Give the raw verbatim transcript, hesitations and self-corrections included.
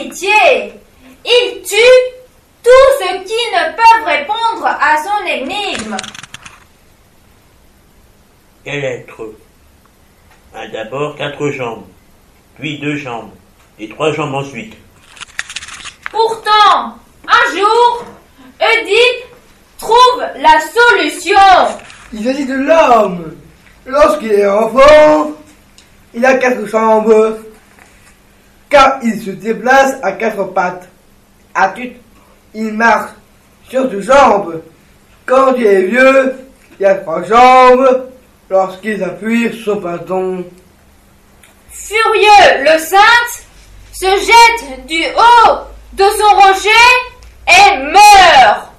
pitié. Il tue tous ceux qui ne peuvent répondre à son énigme. Quel être a d'abord quatre jambes, puis deux jambes, et trois jambes ensuite. Pourtant, un jour, Oedipe trouve la solution. Il s'agit de l'homme. Lorsqu'il est enfant, il a quatre jambes, car il se déplace à quatre pattes. Adulte, il marche sur deux jambes. Quand il est vieux, il a trois jambes lorsqu'il s'appuie sur son bâton. Furieux, le Sphinx se jette du haut de son rocher et meurt.